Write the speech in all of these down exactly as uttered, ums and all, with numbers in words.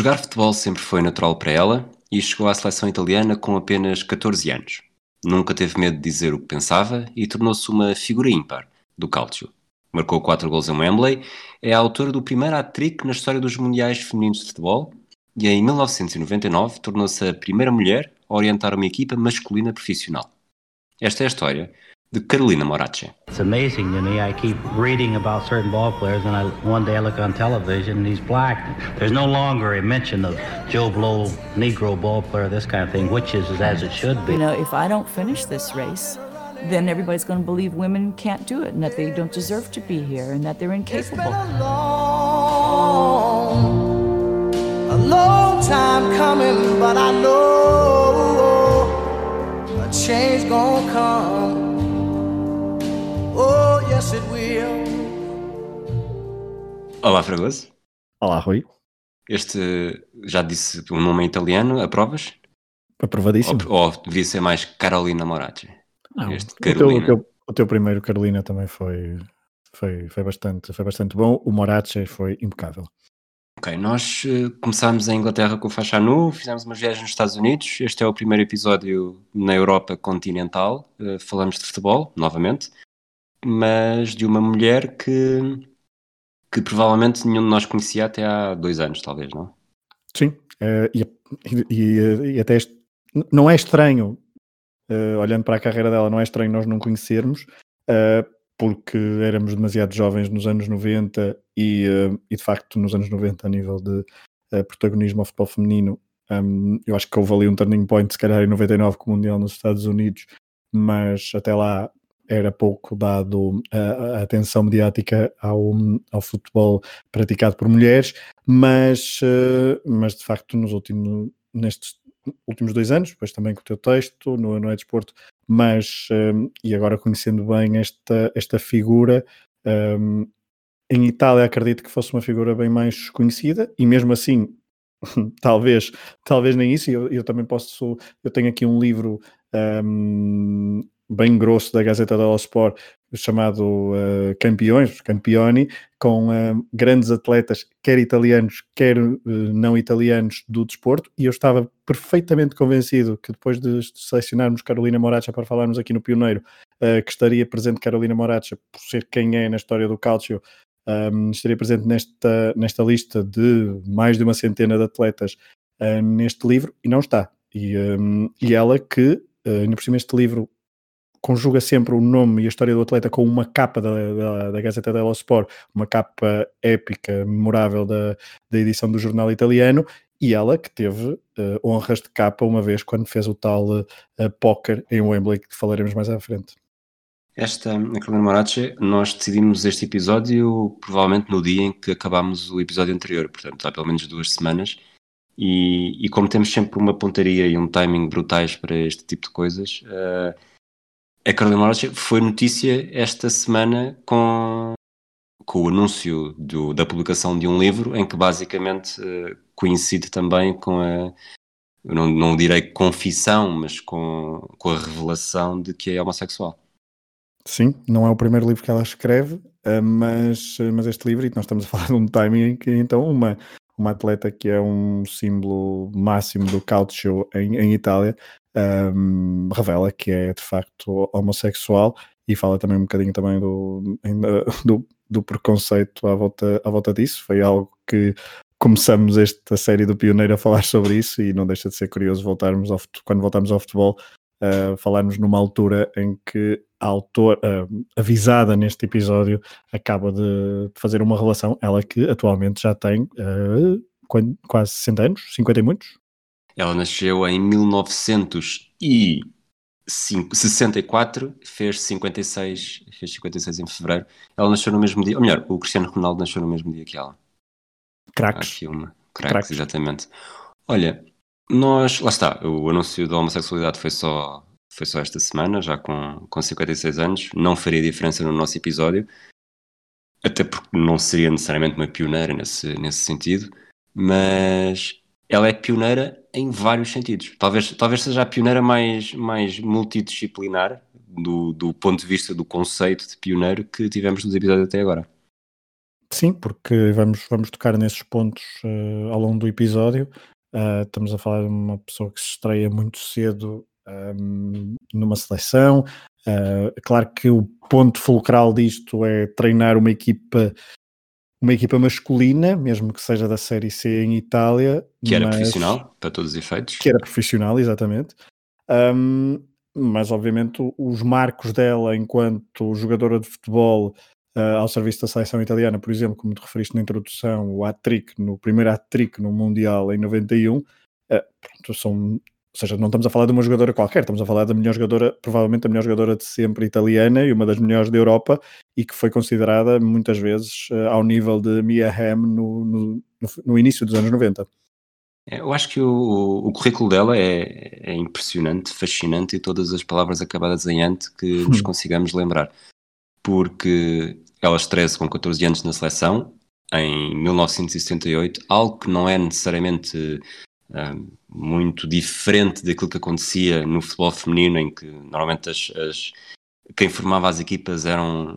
Jogar futebol sempre foi natural para ela e chegou à seleção italiana com apenas catorze anos. Nunca teve medo de dizer o que pensava e tornou-se uma figura ímpar do calcio. Marcou quatro gols em Wembley, é a autora do primeiro hat-trick na história dos mundiais femininos de futebol e em mil novecentos e noventa e nove tornou-se a primeira mulher a orientar uma equipa masculina profissional. Esta é a história de Carolina Morace. It's amazing to me. I keep reading about certain ball players, and I, one day I look on television and he's black. There's no longer a mention of Joe Blow, Negro ball player, this kind of thing, which is as it should be. You know, if I don't finish this race, then everybody's going to believe women can't do it and that they don't deserve to be here and that they're incapable. It's been a long, a long time coming, but I know a change gonna come. Oh, yes it will. Olá, Fragoso. Olá, Rui. Este, já disse o nome em italiano, aprovas? Aprovadíssimo. Ou, ou devia ser mais Carolina Morace? Não, Este o, teu, Carolina. o, teu, o teu primeiro Carolina também foi, foi, foi, bastante, foi bastante bom. O Morace foi impecável. Ok, nós uh, começámos em Inglaterra com o Faixa Nu, fizemos umas viagens nos Estados Unidos. Este é o primeiro episódio na Europa continental. Uh, falamos de futebol, novamente, mas de uma mulher que, que provavelmente nenhum de nós conhecia até há dois anos, talvez, não? Sim, uh, e, e, e até este, não é estranho, uh, olhando para a carreira dela, não é estranho nós não conhecermos, uh, porque éramos demasiado jovens nos anos noventa e, uh, e de facto nos anos noventa a nível de uh, protagonismo ao futebol feminino, um, eu acho que houve ali um turning point, se calhar em noventa e nove com o Mundial nos Estados Unidos, mas até lá era pouco dado a, a atenção mediática ao, ao futebol praticado por mulheres, mas, uh, mas de facto nos últimos, nestes últimos dois anos, depois também com o teu texto, no, no É Desporto, mas, um, e agora conhecendo bem esta, esta figura, um, em Itália acredito que fosse uma figura bem mais conhecida, e mesmo assim, talvez, talvez nem isso, eu, eu também posso, eu tenho aqui um livro um, bem grosso da Gazzetta dello Sport, chamado uh, Campiões, Campioni, com uh, grandes atletas, quer italianos, quer uh, não italianos do desporto, e eu estava perfeitamente convencido que depois de selecionarmos Carolina Morace para falarmos aqui no Pioneiro, uh, que estaria presente Carolina Morace, por ser quem é na história do calcio, um, estaria presente nesta, nesta lista de mais de uma centena de atletas uh, neste livro, e não está. E, um, e ela que, uh, ainda por cima este livro, conjuga sempre o nome e a história do atleta com uma capa da, da, da Gazzetta dello Sport, uma capa épica, memorável da, da edição do jornal italiano, e ela que teve uh, honras de capa uma vez quando fez o tal uh, póquer em Wembley, que falaremos mais à frente. Esta, a Carolina Morace, nós decidimos este episódio provavelmente no dia em que acabámos o episódio anterior, portanto há pelo menos duas semanas, e, e como temos sempre uma pontaria e um timing brutais para este tipo de coisas, uh, a Carolina Morace foi notícia esta semana com, com o anúncio do, da publicação de um livro em que basicamente uh, coincide também com a, eu não, não direi confissão, mas com, com a revelação de que é homossexual. Sim, não é o primeiro livro que ela escreve, uh, mas, mas este livro, e nós estamos a falar de um timing em que então uma, uma atleta que é um símbolo máximo do calcio em, em Itália, Um, revela que é de facto homossexual, e fala também um bocadinho também do, do, do preconceito à volta, à volta disso. Foi algo que começamos esta série do Pioneiro a falar sobre isso, e não deixa de ser curioso voltarmos ao, quando voltamos ao futebol, uh, falarmos numa altura em que a autora, uh, avisada neste episódio, acaba de fazer uma relação, ela que atualmente já tem uh, quase sessenta anos, cinquenta e muitos. Ela nasceu em mil novecentos e sessenta e quatro, fez cinquenta e seis, fez cinquenta e seis em fevereiro. Ela nasceu no mesmo dia, ou melhor, o Cristiano Ronaldo nasceu no mesmo dia que ela. Craques. Aqui uma. Craques, exatamente. Olha, nós, lá está, o anúncio da homossexualidade foi só, foi só esta semana, já com, com cinquenta e seis anos. Não faria diferença no nosso episódio, até porque não seria necessariamente uma pioneira nesse, nesse sentido, mas ela é pioneira em vários sentidos. Talvez, talvez seja a pioneira mais, mais multidisciplinar do, do ponto de vista do conceito de pioneiro que tivemos nos episódios até agora. Sim, porque vamos, vamos tocar nesses pontos uh, ao longo do episódio. Uh, estamos a falar de uma pessoa que se estreia muito cedo um, numa seleção. Uh, claro que o ponto fulcral disto é treinar uma equipa, uma equipa masculina, mesmo que seja da Série C em Itália. Que era mas, profissional, para todos os efeitos. Que era profissional, exatamente. Um, mas, obviamente, os marcos dela enquanto jogadora de futebol uh, ao serviço da seleção italiana, por exemplo, como te referiste na introdução, o hat-trick, no primeiro hat-trick no Mundial em noventa e um, uh, pronto, são... Ou seja, não estamos a falar de uma jogadora qualquer, estamos a falar da melhor jogadora, provavelmente a melhor jogadora de sempre italiana e uma das melhores da Europa, e que foi considerada muitas vezes uh, ao nível de Mia Hamm no, no, no início dos anos noventa. Eu acho que o, o currículo dela é, é impressionante, fascinante, e todas as palavras acabadas em ante que nos consigamos lembrar. Porque ela estreia-se com catorze anos na seleção, em mil novecentos e setenta e oito, algo que não é necessariamente... Um, muito diferente daquilo que acontecia no futebol feminino, em que normalmente as, as, quem formava as equipas eram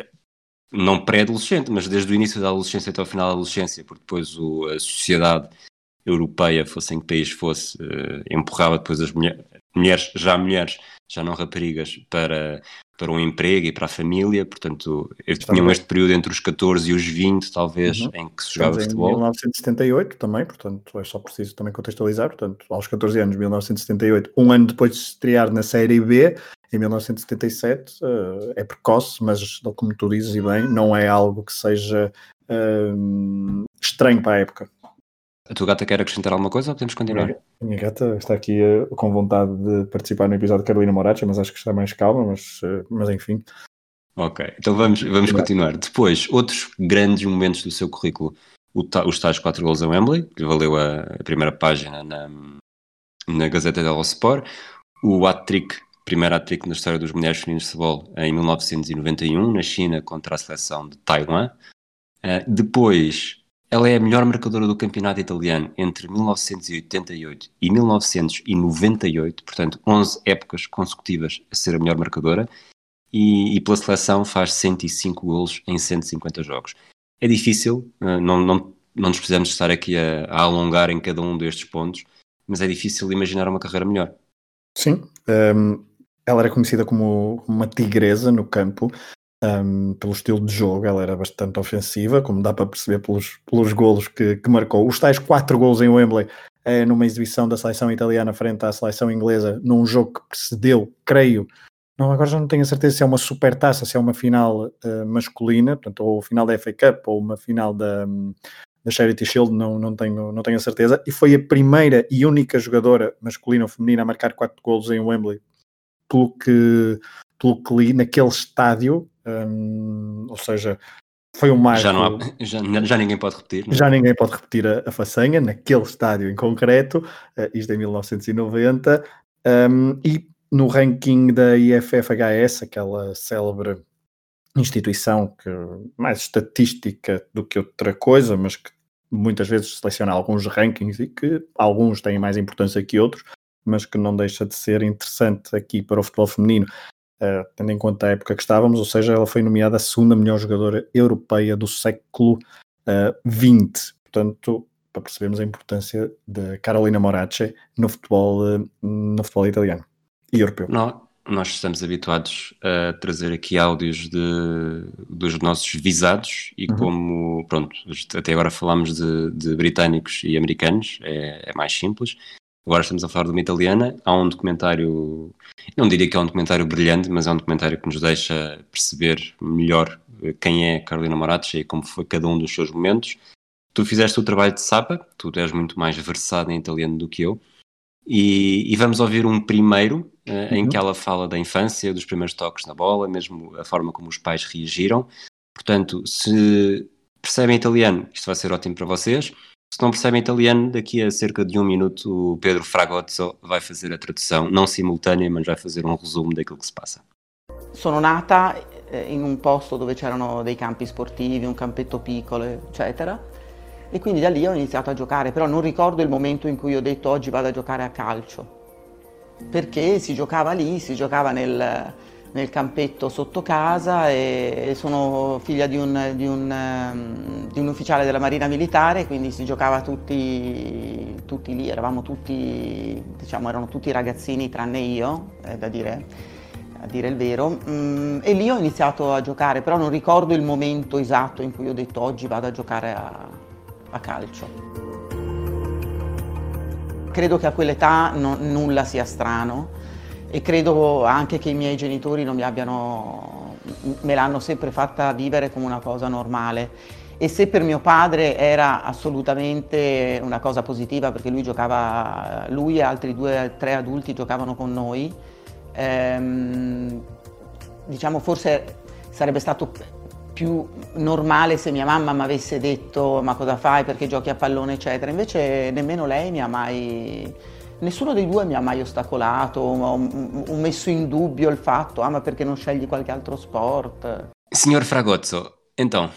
não pré-adolescente, mas desde o início da adolescência até o final da adolescência, porque depois o, a sociedade europeia, fosse em que país fosse, uh, empurrava depois as mulher, mulheres, já mulheres, já não raparigas, para, para um emprego e para a família. Portanto, tinham este período entre os catorze e os vinte, talvez, uhum. em que se jogava Estamos futebol. Em mil novecentos e setenta e oito também, portanto, é só preciso também contextualizar. Portanto, aos catorze anos, mil novecentos e setenta e oito, um ano depois de se estrear na Série B, em mil novecentos e setenta e sete, uh, é precoce, mas, como tu dizes e bem, não é algo que seja uh, estranho para a época. A tua gata quer acrescentar alguma coisa ou podemos continuar? A minha gata está aqui uh, com vontade de participar no episódio de Carolina Moracci, mas acho que está mais calma, mas, uh, mas enfim. Ok, então vamos, vamos continuar. Depois, outros grandes momentos do seu currículo. O, os tais quatro gols a Wembley, que valeu a, a primeira página na, na Gazeta dello Sport. O hat-trick, primeiro hat-trick na história dos mulheres femininos de futebol, em mil novecentos e noventa e um, na China, contra a seleção de Taiwan. Uh, depois... Ela é a melhor marcadora do campeonato italiano entre mil novecentos e oitenta e oito e mil novecentos e noventa e oito, portanto onze épocas consecutivas a ser a melhor marcadora, e, e pela seleção faz cento e cinco golos em cento e cinquenta jogos. É difícil, não, não, não nos precisamos estar aqui a, a alongar em cada um destes pontos, mas é difícil imaginar uma carreira melhor. Sim, um, ela era conhecida como uma tigresa no campo. Um, pelo estilo de jogo, ela era bastante ofensiva, como dá para perceber pelos, pelos golos que, que marcou. Os tais quatro golos em Wembley, é, numa exibição da seleção italiana frente à seleção inglesa, num jogo que precedeu, creio, não, agora já não tenho a certeza se é uma supertaça, se é uma final uh, masculina, portanto, ou final da F A Cup, ou uma final da, da Charity Shield, não, não, tenho, não tenho a certeza, e foi a primeira e única jogadora masculina ou feminina a marcar quatro golos em Wembley, pelo que, pelo que li naquele estádio. Um, ou seja, foi um marco. Já, não há, já, já ninguém pode repetir. Não? Já ninguém pode repetir a, a façanha naquele estádio em concreto, uh, isto em mil novecentos e noventa, um, e no ranking da I F F H S, aquela célebre instituição que mais estatística do que outra coisa, mas que muitas vezes seleciona alguns rankings e que alguns têm mais importância que outros, mas que não deixa de ser interessante aqui para o futebol feminino. Uh, tendo em conta a época que estávamos, ou seja, ela foi nomeada a segunda melhor jogadora europeia do século uh, vinte. Portanto, para percebermos a importância de Carolina Moracci no futebol, uh, no futebol italiano e europeu. Não, nós estamos habituados a trazer aqui áudios de, dos nossos visados e uhum. como, pronto, até agora falámos de, de britânicos e americanos, é, é mais simples. Agora estamos a falar de uma italiana. Há um documentário, não diria que é um documentário brilhante, mas é um documentário que nos deixa perceber melhor quem é Carolina Moracci e como foi cada um dos seus momentos. Tu fizeste o trabalho de Sapa, tu és muito mais versado em italiano do que eu, e, e vamos ouvir um primeiro uh, uhum. em que ela fala da infância, dos primeiros toques na bola, mesmo a forma como os pais reagiram. Portanto, se percebem italiano, isto vai ser ótimo para vocês. Se não percebem italiano, daqui a cerca de um minuto o Pedro Fragozzo vai fazer a tradução, não simultânea, mas vai fazer um resumo daquilo que se passa. Sono nata in un posto dove c'erano dei campi sportivi, un campetto piccolo, eccetera, e quindi da lì ho iniziato a giocare, però non ricordo il momento in cui ho detto oggi vado a giocare a calcio, perché si giocava lì, si giocava nel, nel campetto sotto casa e sono figlia di un, di un, um, di un ufficiale della Marina Militare, quindi si giocava tutti, tutti lì, eravamo tutti, diciamo, erano tutti ragazzini tranne io, è da dire, a dire il vero, mm, e lì ho iniziato a giocare, però non ricordo il momento esatto in cui ho detto oggi vado a giocare a, a calcio. Credo che a quell'età no, nulla sia strano. E credo anche che i miei genitori non mi abbiano, me l'hanno sempre fatta vivere come una cosa normale. E se per mio padre era assolutamente una cosa positiva, perché lui giocava, lui e altri due o tre adulti giocavano con noi, ehm, diciamo forse sarebbe stato più normale se mia mamma mi avesse detto ma cosa fai, perché giochi a pallone eccetera, invece nemmeno lei mi ha mai... Nessuno dei due mi ha mai ostacolato o messo in dubbio il fatto, ah ma perché non scegli qualche altro sport? Signor Fragozzo, então?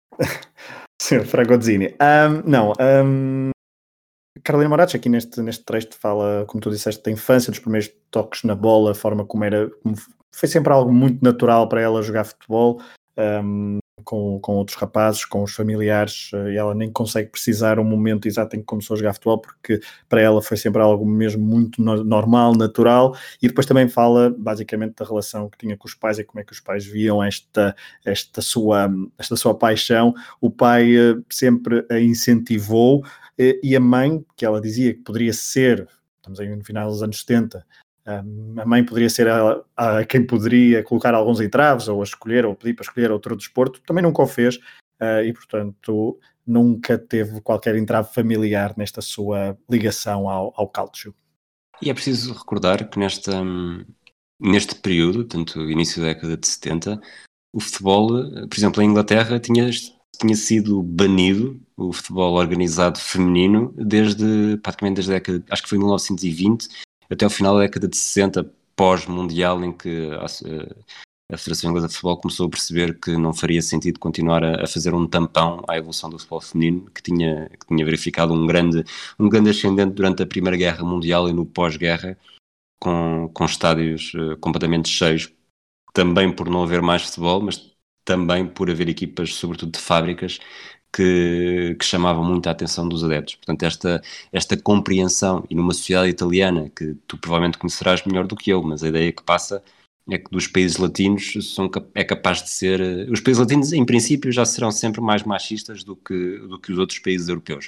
Senhor Fragozzini, um, não, um, Carolina Moracci aqui neste, neste trecho fala, como tu disseste, da infância, dos primeiros toques na bola, a forma como era, como foi sempre algo muito natural para ela jogar futebol, um, com, com outros rapazes, com os familiares, e ela nem consegue precisar o momento exato em que começou a jogar futebol, porque para ela foi sempre algo mesmo muito no, normal, natural, e depois também fala basicamente da relação que tinha com os pais e como é que os pais viam esta, esta, sua, esta sua paixão. O pai sempre a incentivou, e a mãe, que ela dizia que poderia ser, estamos aí no final dos anos setenta, Um, a mãe poderia ser a, a quem poderia colocar alguns entraves ou a escolher ou pedir para escolher outro desporto, também nunca o fez uh, e portanto nunca teve qualquer entrave familiar nesta sua ligação ao, ao calcio. E é preciso recordar que nesta, neste período, tanto início da década de setenta, o futebol, por exemplo, em Inglaterra tinha, tinha sido banido o futebol organizado feminino desde praticamente desde a década, acho que foi em mil novecentos e vinte até o final da década de sessenta, pós-mundial, em que a, a Federação Inglesa de Futebol começou a perceber que não faria sentido continuar a, a fazer um tampão à evolução do futebol feminino, que tinha, que tinha verificado um grande, um grande ascendente durante a Primeira Guerra Mundial e no pós-guerra, com, com estádios uh, completamente cheios, também por não haver mais futebol, mas também por haver equipas, sobretudo de fábricas, Que, que chamavam muito a atenção dos adeptos. Portanto, esta, esta compreensão, e numa sociedade italiana, que tu provavelmente conhecerás melhor do que eu, mas a ideia que passa é que dos países latinos são, é capaz de ser... Os países latinos, em princípio, já serão sempre mais machistas do que, do que os outros países europeus.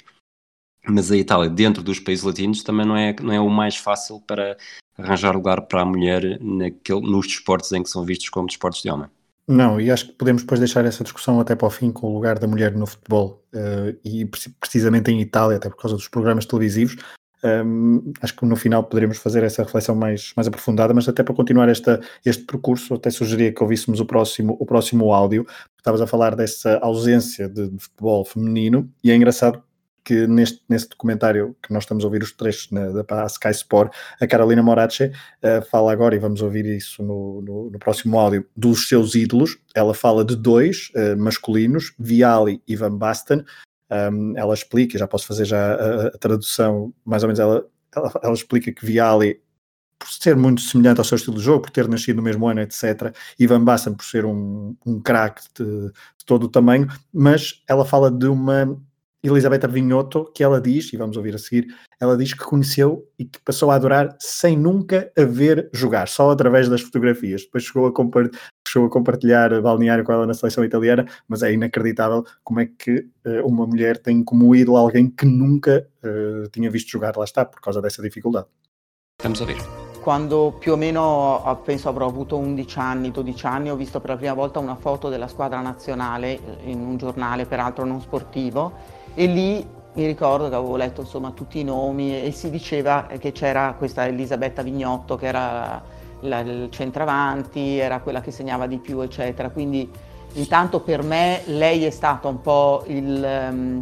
Mas a Itália, dentro dos países latinos, também não é, não é o mais fácil para arranjar lugar para a mulher naquele, nos desportos em que são vistos como desportos de homem. Não, e acho que podemos depois deixar essa discussão até para o fim com o lugar da mulher no futebol, uh, e precisamente em Itália, até por causa dos programas televisivos. Um, acho que no final poderemos fazer essa reflexão mais, mais aprofundada, mas até para continuar esta, este percurso, até sugeria que ouvíssemos o próximo, o próximo áudio, porque estavas a falar dessa ausência de, de futebol feminino, e é engraçado que neste, neste documentário que nós estamos a ouvir os trechos na, da Sky Sport, a Carolina Moracci uh, fala agora, e vamos ouvir isso no, no, no próximo áudio, dos seus ídolos. Ela fala de dois uh, masculinos, Vialli e Van Basten. Um, ela explica, já posso fazer já a, a tradução, mais ou menos ela, ela, ela explica que Vialli, por ser muito semelhante ao seu estilo de jogo, por ter nascido no mesmo ano, etcétera, e Van Basten por ser um, um craque de, de todo o tamanho, mas ela fala de uma Elisabetta Vignoto, que ela diz, e vamos ouvir a seguir, ela diz que conheceu e que passou a adorar sem nunca a ver jogar, só através das fotografias. Depois chegou a, compar- chegou a compartilhar balneário com ela na seleção italiana, mas é inacreditável como é que uh, uma mulher tem como ídolo alguém que nunca uh, tinha visto jogar, lá está, por causa dessa dificuldade. Vamos ouvir. Quando più o meno penso avrò avuto undici anni, dodici anni, ho visto per la prima volta una foto della squadra nazionale in un giornale, peraltro non sportivo, e lì mi ricordo che avevo letto insomma tutti i nomi e si diceva che c'era questa Elisabetta Vignoto che era la, il centravanti, era quella che segnava di più eccetera, quindi intanto per me lei è stata un po' il, um,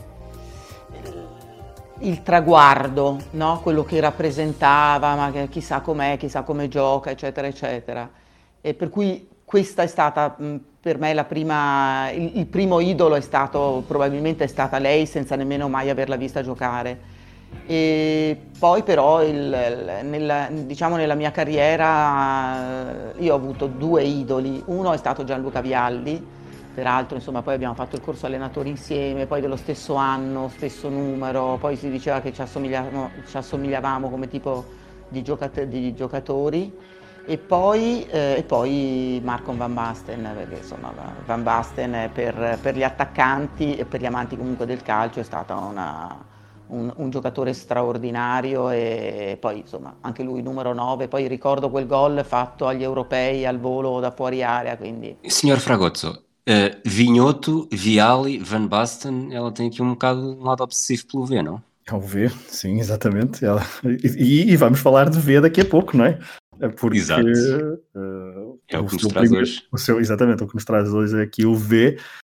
il traguardo, no? Quello che rappresentava, ma che chissà com'è, chissà come gioca eccetera eccetera, e per cui questa è stata mh, per me la prima, il, il primo idolo è stato, probabilmente è stata lei senza nemmeno mai averla vista giocare. E poi però il, nella, diciamo nella mia carriera io ho avuto due idoli, uno è stato Gianluca Vialli, peraltro insomma poi abbiamo fatto il corso allenatori insieme, poi dello stesso anno, stesso numero, poi si diceva che ci assomigliavamo, ci assomigliavamo come tipo di, giocat- di giocatori e poi, eh, e poi Marco Van Basten, perché insomma Van Basten per, per gli attaccanti e per gli amanti comunque del calcio è stata una... Un, un giocatore straordinario e poi insomma anche lui numero nove, poi ricordo quel gol fatto agli europei al volo da fuori area, quindi... Senhor Fragotto, uh, Vinhoto, Vialli, Van Basten, ela tem aqui um bocado um lado obsessivo pelo V, não? É o V, sim, exatamente. Ela... E, e vamos falar de V daqui a pouco, não é? Porque Exato. Uh, é o, o que nos traz primeiro, hoje. O seu, exatamente, o que nos traz hoje é aqui o V,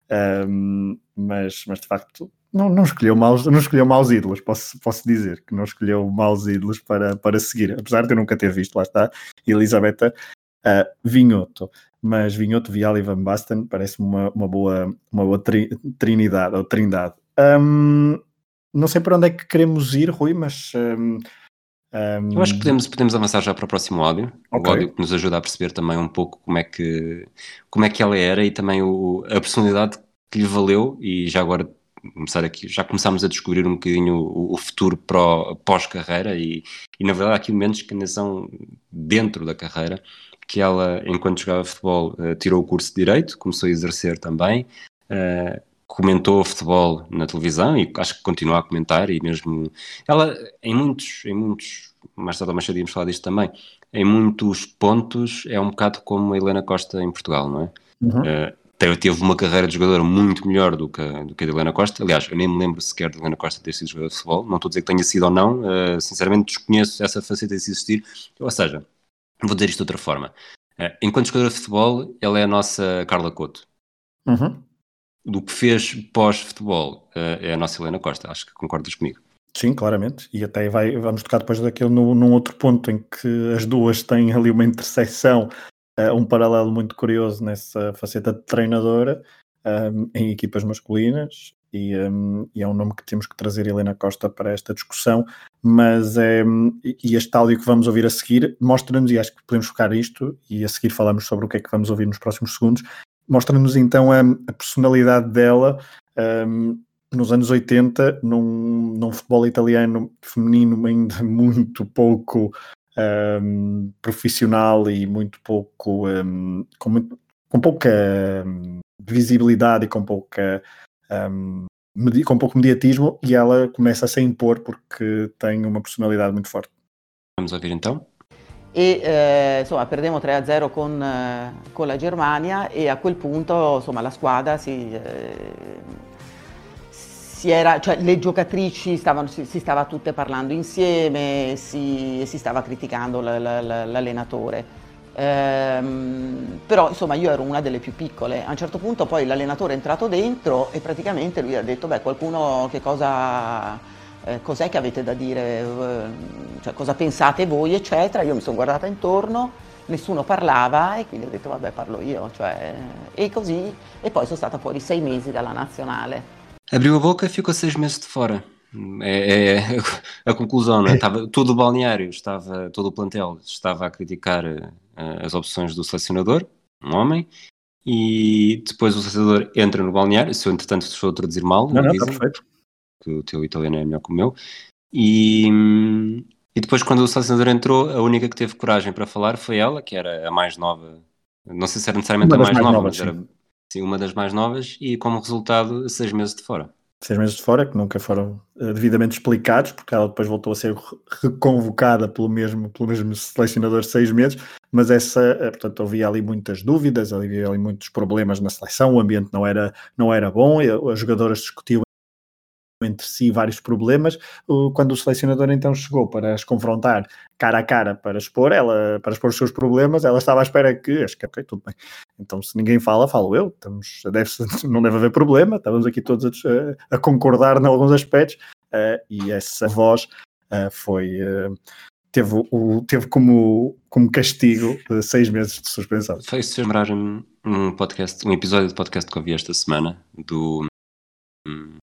um, mas, mas de facto não, não, escolheu maus, não escolheu maus ídolos, posso, posso dizer que não escolheu maus ídolos para, para seguir, apesar de eu nunca ter visto, lá está, Elisabetta uh, Vinhoto. Mas Vinhoto, Vialli e Van Basten parece-me uma, uma boa, uma boa tri, trinidade, ou trindade. Um, não sei para onde é que queremos ir, Rui, mas... Um, um... Eu acho que podemos, podemos avançar já para o próximo áudio. Okay. O áudio que nos ajuda a perceber também um pouco como é que, como é que ela era e também o, a personalidade que lhe valeu, e já agora começar aqui, já começámos a descobrir um bocadinho o, o futuro pro, pós-carreira e, e na verdade há aqui momentos que ainda são dentro da carreira, que ela, enquanto jogava futebol, uh, tirou o curso de Direito, começou a exercer também, uh, comentou futebol na televisão e acho que continua a comentar, e mesmo ela em muitos, em muitos, mais tarde ou mais cedo íamos falar disto também, em muitos pontos é um bocado como a Helena Costa em Portugal, não é? Uhum. Uh, teve uma carreira de jogadora muito melhor do que, a, do que a de Helena Costa. Aliás, eu nem me lembro sequer de Helena Costa ter sido jogadora de futebol, não estou a dizer que tenha sido ou não, uh, sinceramente desconheço essa faceta de existir, ou seja, vou dizer isto de outra forma, uh, enquanto jogadora de futebol ela é a nossa Carla Couto. Uhum. Do que fez pós-futebol uh, é a nossa Helena Costa, acho que concordas comigo. Sim, claramente, e até vai, vamos tocar depois daquele no, num outro ponto em que as duas têm ali uma interseção, uh, um paralelo muito curioso nessa faceta de treinadora um, em equipas masculinas, e, um, e é um nome que temos que trazer Helena Costa para esta discussão, mas é, e este áudio que vamos ouvir a seguir mostra-nos, e acho que podemos focar isto, e a seguir falamos sobre o que é que vamos ouvir nos próximos segundos, mostra-nos então a, a personalidade dela um, nos anos oitenta, num, num futebol italiano feminino ainda muito pouco um, profissional e muito pouco um, com, muito, com pouca um, visibilidade e com pouca um, medi- com pouco mediatismo, e ela começa a se impor porque tem uma personalidade muito forte. Vamos ouvir então? E eh, insomma perdemmo tre a zero con, eh, con la Germania, e a quel punto insomma la squadra si, eh, si era, cioè le giocatrici stavano, si, si stava tutte parlando insieme, si, si stava criticando l, l, l, l'allenatore. Ehm, però insomma io ero una delle più piccole. A un certo punto poi l'allenatore è entrato dentro e praticamente lui ha detto: beh, qualcuno che cosa... Eh, cos'è che avete da dire, eh, cioè cosa pensate voi, eccetera. Io mi sono guardata intorno, nessuno parlava, e quindi ho detto vabbè, parlo io, cioè, e così, e poi sono stata fuori sei mesi dalla nazionale. Abriu a boca e ficou seis meses de fora. É, é a conclusão, não é? Estava, todo o balneário, estava, todo o plantel estava a criticar uh, as opções do selecionador, um homem, e depois o selecionador entra no balneário. Se eu entretanto estou a traduzir mal, não, não, está perfeito, que o teu italiano é melhor que o meu, e, e depois quando o selecionador entrou, a única que teve coragem para falar foi ela, que era a mais nova, não sei se era necessariamente a mais, mais nova, novas, mas era sim, uma das mais novas, e como resultado seis meses de fora. Seis meses de fora, que nunca foram uh, devidamente explicados, porque ela depois voltou a ser reconvocada pelo mesmo, pelo mesmo selecionador seis meses, mas essa, uh, portanto, havia ali muitas dúvidas, havia ali muitos problemas na seleção, o ambiente não era, não era bom, e as jogadoras discutiam entre si vários problemas. Quando o selecionador então chegou para as confrontar cara a cara, para expor ela, para expor os seus problemas, ela estava à espera que, acho que ok, tudo bem, então se ninguém fala, falo eu, estamos, deve, não deve haver problema, estávamos aqui todos a, a concordar em alguns aspectos, uh, e essa voz uh, foi uh, teve, o, teve como, como castigo uh, seis meses de suspensão. Fez-se lembrar um, um podcast, um episódio de podcast que eu vi esta semana do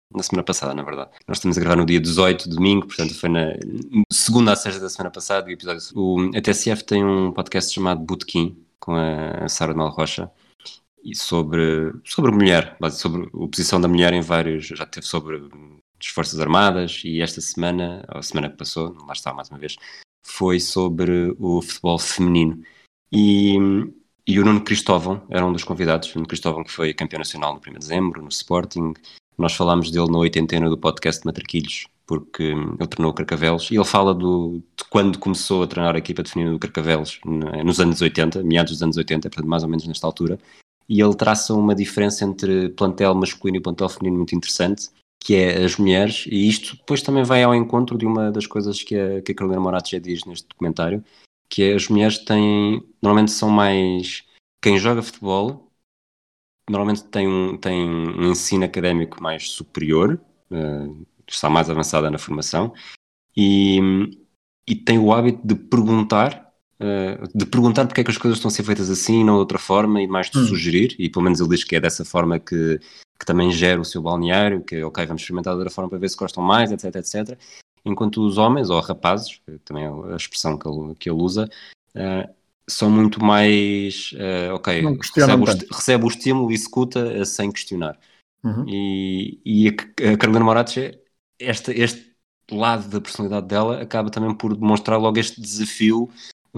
na semana passada, na verdade. Nós estamos a gravar no dia dezoito, domingo, portanto foi na segunda a sexta da semana passada. O episódio. O, a T S F tem um podcast chamado Botequim, com a Sara de Malrocha, e sobre, sobre mulher, sobre a posição da mulher em vários, já teve sobre as Forças Armadas, e esta semana, ou a semana que passou, lá está mais uma vez, foi sobre o futebol feminino. E, e o Nuno Cristóvão era um dos convidados, o Nuno Cristóvão que foi campeão nacional no primeiro de dezembro, no Sporting. Nós falámos dele na oitentena do podcast de Matraquilhos, porque ele treinou o Carcavelos, e ele fala do, de quando começou a treinar a equipa de feminino do Carcavelos, nos anos oitenta, meados dos anos oitenta, portanto mais ou menos nesta altura, e ele traça uma diferença entre plantel masculino e plantel feminino muito interessante, que é as mulheres, e isto depois também vai ao encontro de uma das coisas que a, que a Carolina Moratti já diz neste documentário, que é as mulheres têm, normalmente são mais, quem joga futebol, normalmente tem um, tem um ensino académico mais superior, uh, está mais avançada na formação, e, e tem o hábito de perguntar, uh, de perguntar porque é que as coisas estão a ser feitas assim e não de outra forma, e mais de hum. sugerir, e pelo menos ele diz que é dessa forma que, que também gera o seu balneário, que ok, vamos experimentar de outra forma para ver se gostam mais, etc, etcétera. Enquanto os homens, ou rapazes, também é a expressão que ele, que ele usa, uh, são muito mais, uh, ok, recebe o, recebe o estímulo e escuta uh, sem questionar. Uhum. E, e a, a Carolina Moratti, este, este lado da personalidade dela acaba também por demonstrar logo este desafio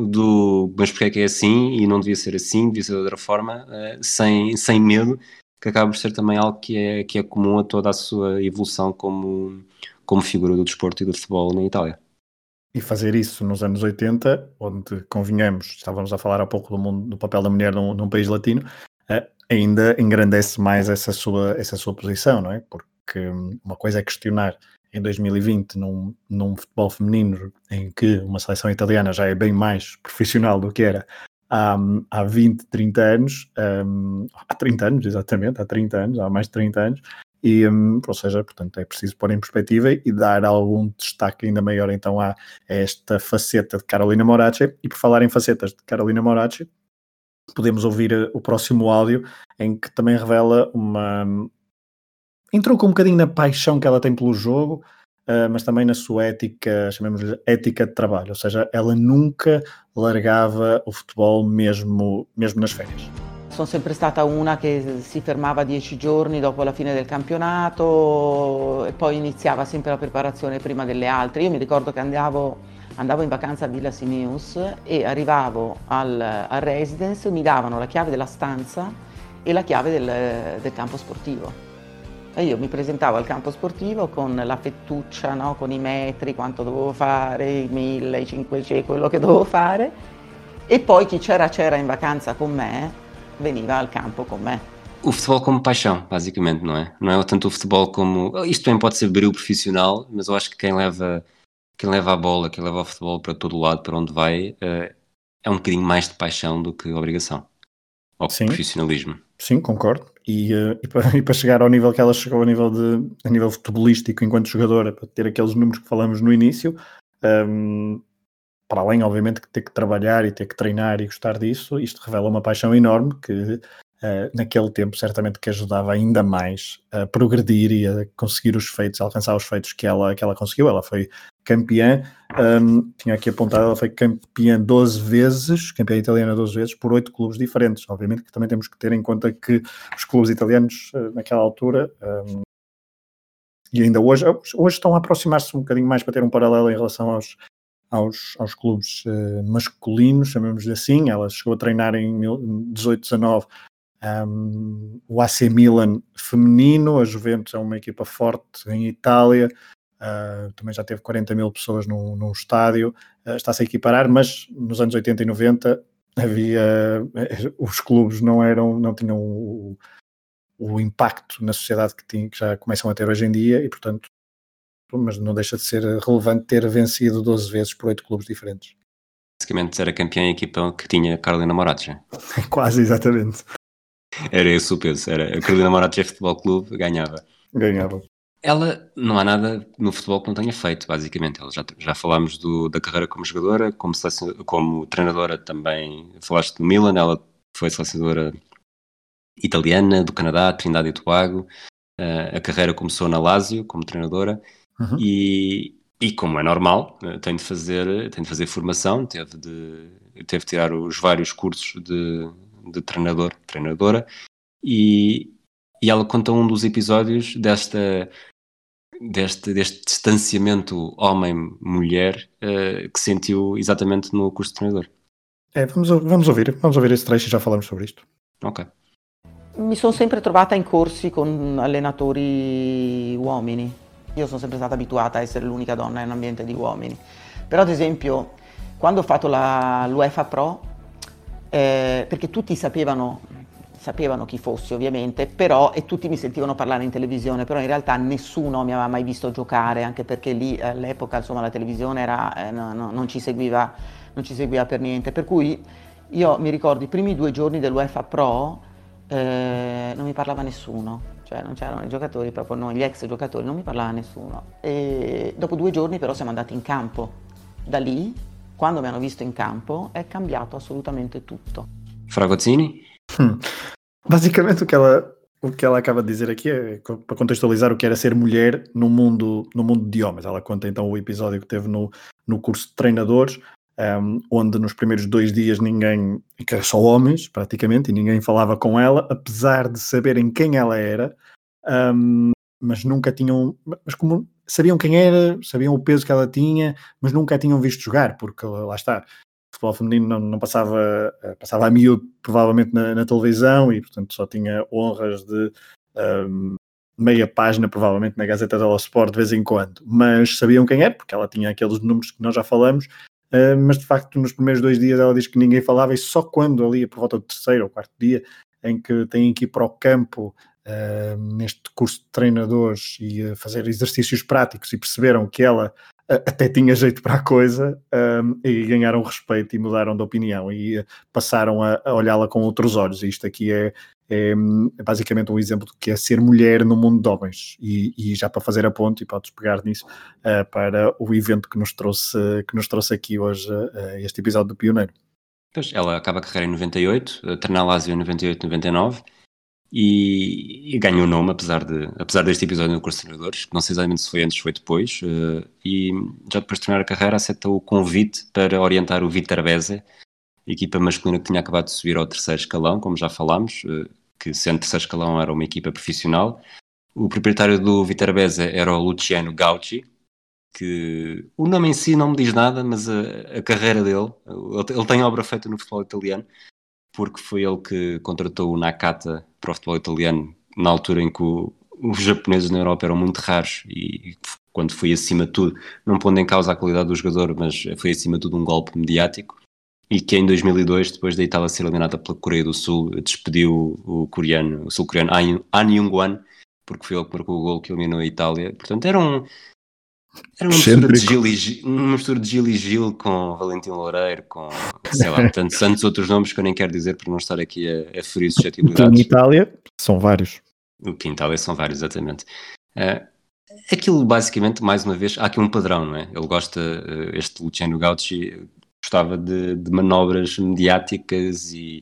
do, mas porque é que é assim e não devia ser assim, devia ser de outra forma, uh, sem, sem medo, que acaba por ser também algo que é, que é comum a toda a sua evolução como, como figura do desporto e do futebol na Itália. E fazer isso nos anos oitenta, onde, convenhamos, estávamos a falar há pouco do, mundo, do papel da mulher num, num país latino, uh, ainda engrandece mais essa sua, essa sua posição, não é? Porque uma coisa é questionar em dois mil e vinte num, num futebol feminino em que uma seleção italiana já é bem mais profissional do que era há, há vinte, trinta anos, um, há trinta anos, exatamente, há trinta anos, há mais de trinta anos, e, um, ou seja, portanto, é preciso pôr em perspectiva e dar algum destaque ainda maior então a, a esta faceta de Carolina Moratti. E por falar em facetas de Carolina Moratti, podemos ouvir o próximo áudio em que também revela uma... entrou com um bocadinho na paixão que ela tem pelo jogo, uh, mas também na sua ética, chamemos-lhe ética de trabalho, ou seja, ela nunca largava o futebol mesmo, mesmo nas férias. Sono sempre stata una che si fermava dieci giorni dopo la fine del campionato e poi iniziava sempre la preparazione prima delle altre. Io mi ricordo che andavo, andavo in vacanza a Villa Simius e arrivavo al, al residence, mi davano la chiave della stanza e la chiave del, del campo sportivo. E io mi presentavo al campo sportivo con la fettuccia, no? Con i metri, quanto dovevo fare, i mille, i cinquecento, quello che dovevo fare, e poi chi c'era c'era in vacanza con me veniva al campo com me. O futebol como paixão, basicamente, não é? Não é tanto o futebol como... Isto também pode ser brilho profissional, mas eu acho que quem leva, quem leva a bola, quem leva o futebol para todo o lado, para onde vai, é um bocadinho mais de paixão do que obrigação. Ou Sim. profissionalismo. Sim, concordo. E, uh, e, para, e para chegar ao nível que ela chegou a nível, de, a nível futebolístico enquanto jogadora, para ter aqueles números que falamos no início, um, para além, obviamente, de ter que trabalhar e ter que treinar e gostar disso, isto revela uma paixão enorme que, uh, naquele tempo, certamente que ajudava ainda mais a progredir e a conseguir os feitos, a alcançar os feitos que ela, que ela conseguiu. Ela foi campeã, um, tinha aqui apontado, ela foi campeã doze vezes, campeã italiana doze vezes, por oito clubes diferentes. Obviamente que também temos que ter em conta que os clubes italianos, uh, naquela altura, um, e ainda hoje, hoje estão a aproximar-se um bocadinho mais para ter um paralelo em relação aos Aos, aos clubes uh, masculinos, chamemos-lhe assim. Ela chegou a treinar em dezoito dezanove um, o A C Milan feminino. A Juventus é uma equipa forte em Itália, uh, também já teve quarenta mil pessoas num, num estádio, uh, está-se a equiparar, mas nos anos oitenta e noventa havia, uh, os clubes não, eram, não tinham o, o impacto na sociedade que, tinha, que já começam a ter hoje em dia, e portanto mas não deixa de ser relevante ter vencido doze vezes por oito clubes diferentes. Basicamente era campeã em equipa que tinha Carolina Moratti. Quase, exatamente. Era esse o peso, era a Carolina Moratti Futebol Clube, ganhava. Ganhava. Ela, não há nada no futebol que não tenha feito, basicamente. Ela já, já falámos do, da carreira como jogadora, como, como treinadora também, falaste do Milan, ela foi selecionadora italiana, do Canadá, Trindade e Tobago. Uh, a carreira começou na Lazio como treinadora uhum. e, e como é normal, uh, tem de fazer, tem de fazer formação, teve de, teve de tirar os vários cursos de, de treinador, treinadora e, e ela conta um dos episódios desta, deste, deste distanciamento homem-mulher uh, que sentiu exatamente no curso de treinador. É, vamos, vamos ouvir, vamos ouvir esse trecho e já falamos sobre isto. Ok. Mi sono sempre trovata in corsi con allenatori uomini. Io sono sempre stata abituata a essere l'unica donna in un ambiente di uomini. Però ad esempio, quando ho fatto la, l'UEFA Pro, eh, perché tutti sapevano, sapevano chi fossi ovviamente, però e tutti mi sentivano parlare in televisione, però in realtà nessuno mi aveva mai visto giocare, anche perché lì all'epoca insomma la televisione era, eh, no, no, non ci seguiva, non ci seguiva per niente. Per cui io mi ricordo i primi due giorni dell'UEFA Pro. Eh, non mi parlava nessuno, cioè non c'erano i giocatori, proprio noi, gli ex giocatori, non mi parlava nessuno. E dopo due giorni però siamo andati in campo. Da lì, quando mi hanno visto in campo, è cambiato assolutamente tutto. Fragozzini? Hum. Basicamente o que, ela, o que ela acaba de dizer aqui é para contextualizar o que era ser mulher no mundo, no mundo de homens. Ela conta então o episódio que teve no, no curso de treinadores, Um, onde nos primeiros dois dias ninguém, que era só homens praticamente, e ninguém falava com ela, apesar de saberem quem ela era, um, mas nunca tinham, mas como sabiam quem era, sabiam o peso que ela tinha, mas nunca a tinham visto jogar, porque lá está, o futebol feminino não, não passava, passava a miúdo provavelmente na, na televisão, e portanto só tinha honras de um, meia página provavelmente na Gazeta dello Sport de vez em quando, mas sabiam quem era, porque ela tinha aqueles números que nós já falamos. Uh, mas de facto nos primeiros dois dias ela diz que ninguém falava, e só quando ali por volta do terceiro ou quarto dia em que têm que ir para o campo uh, neste curso de treinadores e uh, fazer exercícios práticos e perceberam que ela uh, até tinha jeito para a coisa, um, e ganharam respeito e mudaram de opinião e uh, passaram a, a olhá-la com outros olhos. E isto aqui é, é, é basicamente um exemplo do que é ser mulher no mundo de homens, e, e já para fazer a ponte, e podes pegar nisso uh, para o evento que nos trouxe, que nos trouxe aqui hoje uh, este episódio do Pioneiro. Pois, ela acaba a carreira em noventa e oito, treina a Lazio em noventa e oito, noventa e nove e, e ganhou o nome, apesar, de, apesar deste episódio no curso de treinadores, que não sei exatamente se foi antes ou foi depois, uh, e já depois de terminar a carreira aceita o convite para orientar o Viterbese, equipa masculina que tinha acabado de subir ao terceiro escalão, como já falámos, uh, que sendo terceiro escalão era uma equipa profissional. O proprietário do Viterbese era o Luciano Gauci, que o nome em si não me diz nada, mas a, a carreira dele, ele, ele tem obra feita no futebol italiano, porque foi ele que contratou o Nakata para o futebol italiano, na altura em que o, os japoneses na Europa eram muito raros, e, e quando foi acima de tudo, não pondo em causa a qualidade do jogador, mas foi acima de tudo um golpe mediático, e que em dois mil e dois, depois da Itália ser eliminada pela Coreia do Sul, despediu o coreano, o sul-coreano Han Heung-wan, porque foi ele que marcou o gol que eliminou a Itália. Portanto, era um era uma mistura de Gil e Gil, uma mistura de Gil e Gil com Valentim Loureiro, com, sei lá, tantos, tantos outros nomes que eu nem quero dizer para não estar aqui a, a ferir suscetibilidades. Em Itália são vários. O que em Itália são vários, exatamente. Uh, aquilo basicamente, mais uma vez, há aqui um padrão, não é? Ele gosta, uh, este Luciano Gauci gostava de, de manobras mediáticas e,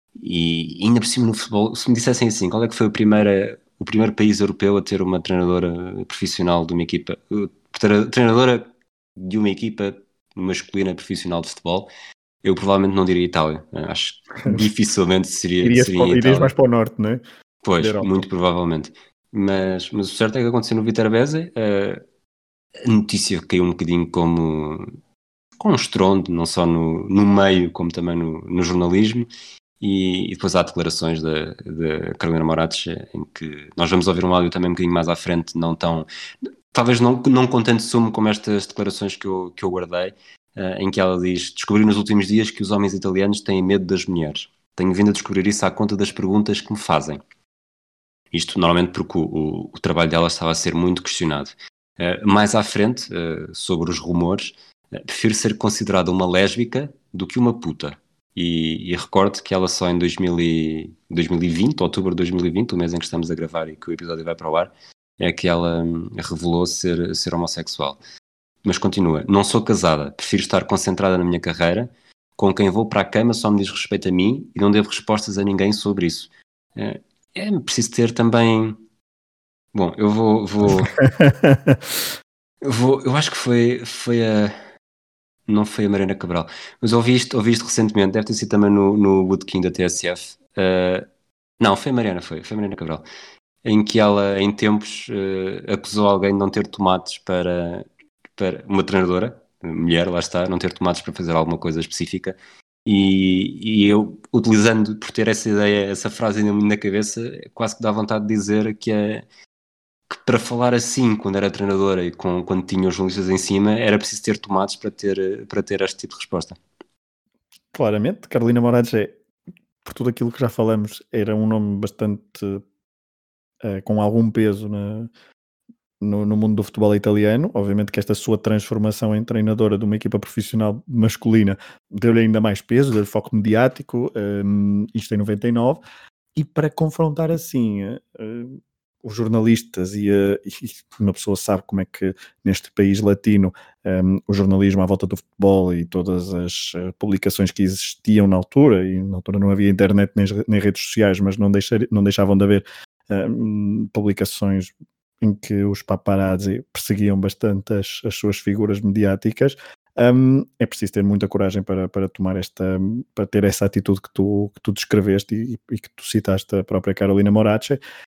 e ainda por cima no futebol. Se me dissessem assim, qual é que foi a primeira, o primeiro país europeu a ter uma treinadora profissional de uma equipa, treinadora de uma equipa masculina profissional de futebol, eu provavelmente não diria Itália. Acho que dificilmente seria, irias, seria para, Itália. Irias mais para o norte, não é? Pois, muito provavelmente. Mas, mas o certo é que aconteceu no Viterbese. Uh, a notícia caiu um bocadinho como com um estrondo, não só no, no meio, como também no, no jornalismo, e, e depois há declarações da, da Carolina Moratti, em que nós vamos ouvir um áudio também um bocadinho mais à frente, não tão, talvez não, não com tanto sumo como estas declarações que eu, que eu guardei, uh, em que ela diz: descobri nos últimos dias que os homens italianos têm medo das mulheres. Tenho vindo a descobrir isso à conta das perguntas que me fazem. Isto normalmente porque o, o, o trabalho dela estava a ser muito questionado. Uh, mais à frente, uh, sobre os rumores, uh, prefiro ser considerada uma lésbica do que uma puta. E, e recordo que ela só em dois mil e vinte, outubro de dois mil e vinte, o mês em que estamos a gravar e que o episódio vai para o ar, é que ela um, revelou ser, ser homossexual. Mas continua: não sou casada, prefiro estar concentrada na minha carreira. Com quem vou para a cama só me diz respeito a mim e não devo respostas a ninguém sobre isso. Uh, É preciso ter também Bom, eu vou, vou, eu vou, eu acho que foi, foi a, não foi a Mariana Cabral, mas ouvi isto, ouvi isto recentemente, deve ter sido também no, no Bootkin da T S F. Uh, não, foi a Mariana, foi, foi a Mariana Cabral, em que ela, em tempos, uh, acusou alguém de não ter tomates para, para uma treinadora, mulher, lá está, não ter tomates para fazer alguma coisa específica. E, e eu, utilizando, por ter essa ideia, essa frase ainda muito na cabeça, quase que dá vontade de dizer que, é, que para falar assim, quando era treinadora e com, quando tinha os jornalistas em cima, era preciso ter tomates para ter, para ter este tipo de resposta. Claramente, Carolina Moraes é, por tudo aquilo que já falamos, era um nome bastante uh, com algum peso na, no, no mundo do futebol italiano. Obviamente que esta sua transformação em treinadora de uma equipa profissional masculina deu-lhe ainda mais peso, deu-lhe foco mediático, um, isto em noventa e nove, e para confrontar assim uh, os jornalistas e, uh, e uma pessoa sabe como é que neste país latino um, o jornalismo à volta do futebol e todas as uh, publicações que existiam na altura, e na altura não havia internet nem, nem redes sociais, mas não, deixar, não deixavam de haver um, publicações em que os paparazzi perseguiam bastante as, as suas figuras mediáticas. Um, é preciso ter muita coragem para, para tomar esta, para ter essa atitude que tu, que tu descreveste e, e que tu citaste a própria Carolina Morace,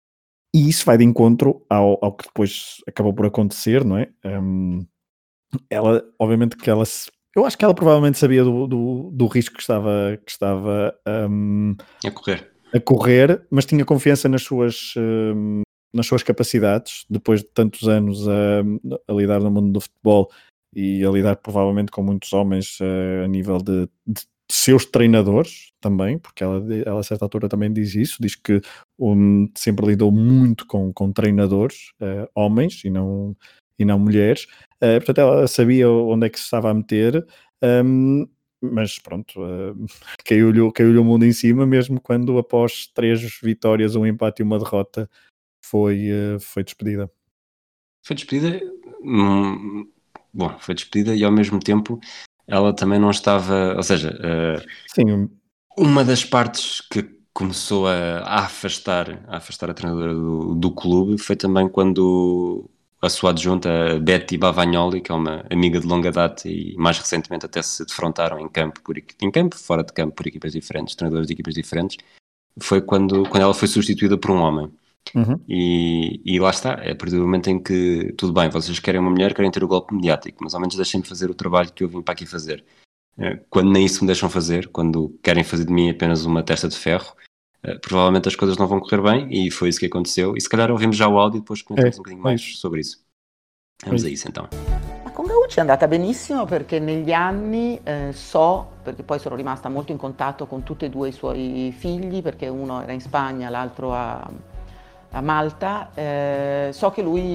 e isso vai de encontro ao, ao que depois acabou por acontecer, não é? Um, ela, obviamente que ela, eu acho que ela provavelmente sabia do, do, do risco que estava, que estava um, a correr, a correr, mas tinha confiança nas suas um, nas suas capacidades, depois de tantos anos a, a lidar no mundo do futebol e a lidar provavelmente com muitos homens uh, a nível de, de seus treinadores também, porque ela, ela a certa altura também diz isso, diz que um, sempre lidou muito com, com treinadores, uh, homens e não, e não mulheres, uh, portanto ela sabia onde é que se estava a meter, um, mas pronto, uh, caiu-lhe, caiu-lhe o mundo em cima, mesmo quando após três vitórias, um empate e uma derrota, foi, uh, foi despedida. Foi despedida, hum, bom, foi despedida e ao mesmo tempo ela também não estava, ou seja, uh, Sim. Uma das partes que começou a, a afastar, a afastar a treinadora do, do clube foi também quando a sua adjunta, Betty Bavagnoli, que é uma amiga de longa data e mais recentemente até se defrontaram em campo, por, em campo, fora de campo, por equipas diferentes, treinadores de equipas diferentes, foi quando, quando ela foi substituída por um homem. Uhum. E, e lá está, é a partir do momento em que, tudo bem, vocês querem uma mulher, querem ter o golpe mediático, mas ao menos deixem-me fazer o trabalho que eu vim para aqui fazer. Quando nem isso me deixam fazer, quando querem fazer de mim apenas uma testa de ferro, uh, provavelmente as coisas não vão correr bem, e foi isso que aconteceu. E se calhar ouvimos já o áudio e depois comentamos é, um bocadinho mais isso. sobre isso. Vamos é a isso então. Ma con Gaucci è andata benissimo perché negli anni eh, so, perché poi sono rimasta molto in contatto con tutti e due i suoi figli, perché uno era in Spagna, l'altro a, a Malta, eh, so che lui